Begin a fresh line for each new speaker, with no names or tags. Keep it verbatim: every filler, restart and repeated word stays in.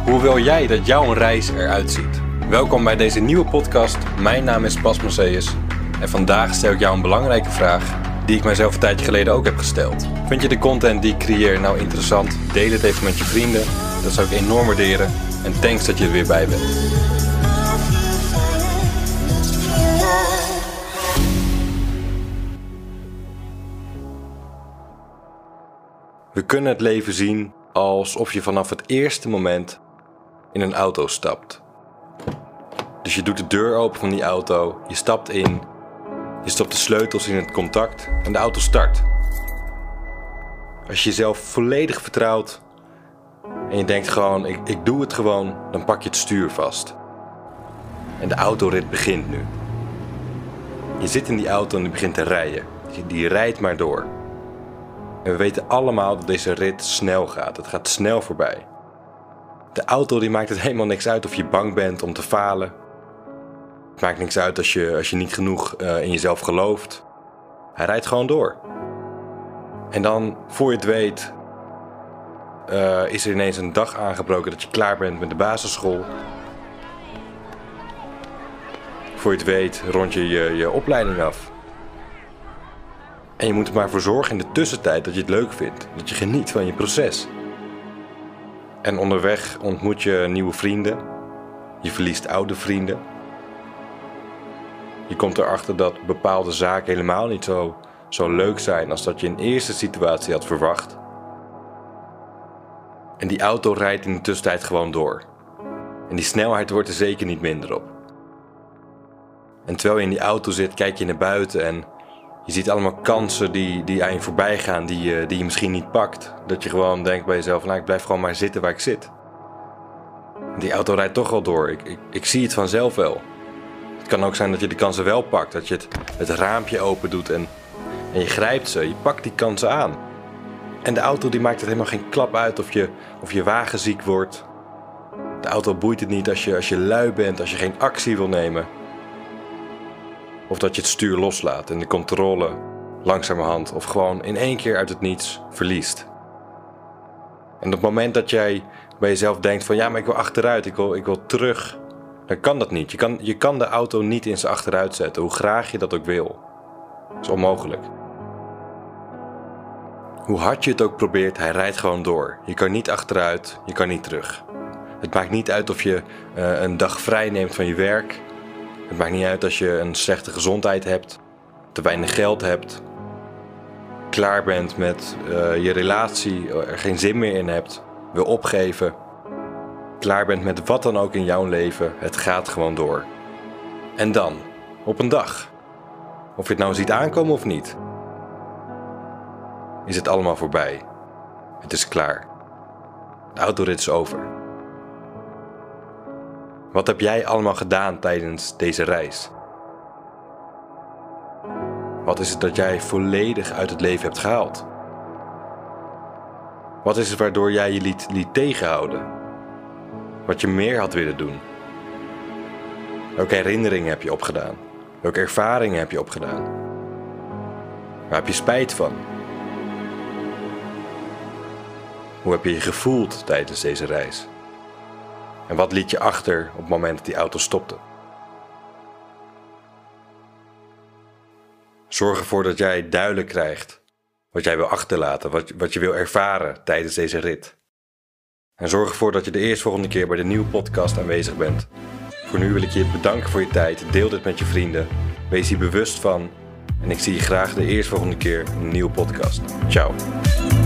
Hoe wil jij dat jouw reis eruit ziet? Welkom bij deze nieuwe podcast. Mijn naam is Bas Maceus en vandaag stel ik jou een belangrijke vraag die ik mijzelf een tijdje geleden ook heb gesteld. Vind je de content die ik creëer nou interessant? Deel het even met je vrienden, dat zou ik enorm waarderen en thanks dat je er weer bij bent. We kunnen het leven zien alsof je vanaf het eerste moment in een auto stapt. Dus je doet de deur open van die auto, je stapt in, je stopt de sleutels in het contact en de auto start. Als je jezelf volledig vertrouwt en je denkt gewoon, ik, ik doe het gewoon, dan pak je het stuur vast. En de autorit begint nu. Je zit in die auto en die begint te rijden. Die, die rijdt maar door. En we weten allemaal dat deze rit snel gaat. Het gaat snel voorbij. De auto die maakt het helemaal niks uit of je bang bent om te falen. Het maakt niks uit als je, als je niet genoeg uh, in jezelf gelooft. Hij rijdt gewoon door. En dan, voor je het weet, uh, is er ineens een dag aangebroken dat je klaar bent met de basisschool. Voor je het weet, rond je je, je opleiding af. En je moet er maar voor zorgen in de tussentijd dat je het leuk vindt. Dat je geniet van je proces. En onderweg ontmoet je nieuwe vrienden. Je verliest oude vrienden. Je komt erachter dat bepaalde zaken helemaal niet zo, zo leuk zijn als dat je in eerste situatie had verwacht. En die auto rijdt in de tussentijd gewoon door. En die snelheid wordt er zeker niet minder op. En terwijl je in die auto zit, kijk je naar buiten en je ziet allemaal kansen die, die aan je voorbij gaan, die je, die je misschien niet pakt. Dat je gewoon denkt bij jezelf, nou ik blijf gewoon maar zitten waar ik zit. Die auto rijdt toch wel door, ik, ik, ik zie het vanzelf wel. Het kan ook zijn dat je de kansen wel pakt, dat je het, het raampje open doet en, en je grijpt ze, je pakt die kansen aan. En de auto die maakt het helemaal geen klap uit of je, of je wagen ziek wordt. De auto boeit het niet als je, als je lui bent, als je geen actie wil nemen. Of dat je het stuur loslaat en de controle langzamerhand of gewoon in één keer uit het niets verliest. En op het moment dat jij bij jezelf denkt van ja, maar ik wil achteruit, ik wil, ik wil terug, dan kan dat niet. Je kan, je kan de auto niet in zijn achteruit zetten, hoe graag je dat ook wil. Dat is onmogelijk. Hoe hard je het ook probeert, hij rijdt gewoon door. Je kan niet achteruit, je kan niet terug. Het maakt niet uit of je uh, een dag vrij neemt van je werk. Het maakt niet uit als je een slechte gezondheid hebt, te weinig geld hebt, klaar bent met uh, je relatie, er geen zin meer in hebt, wil opgeven, klaar bent met wat dan ook in jouw leven, het gaat gewoon door. En dan, op een dag, of je het nou ziet aankomen of niet, is het allemaal voorbij. Het is klaar. De autorit is over. Wat heb jij allemaal gedaan tijdens deze reis? Wat is het dat jij volledig uit het leven hebt gehaald? Wat is het waardoor jij je liet, liet tegenhouden? Wat je meer had willen doen? Welke herinneringen heb je opgedaan? Welke ervaringen heb je opgedaan? Waar heb je spijt van? Hoe heb je je gevoeld tijdens deze reis? En wat liet je achter op het moment dat die auto stopte? Zorg ervoor dat jij duidelijk krijgt wat jij wil achterlaten, wat, wat je wil ervaren tijdens deze rit. En zorg ervoor dat je de eerstvolgende keer bij de nieuwe podcast aanwezig bent. Voor nu wil ik je bedanken voor je tijd. Deel dit met je vrienden. Wees hier bewust van. En ik zie je graag de eerstvolgende keer in een nieuwe podcast. Ciao.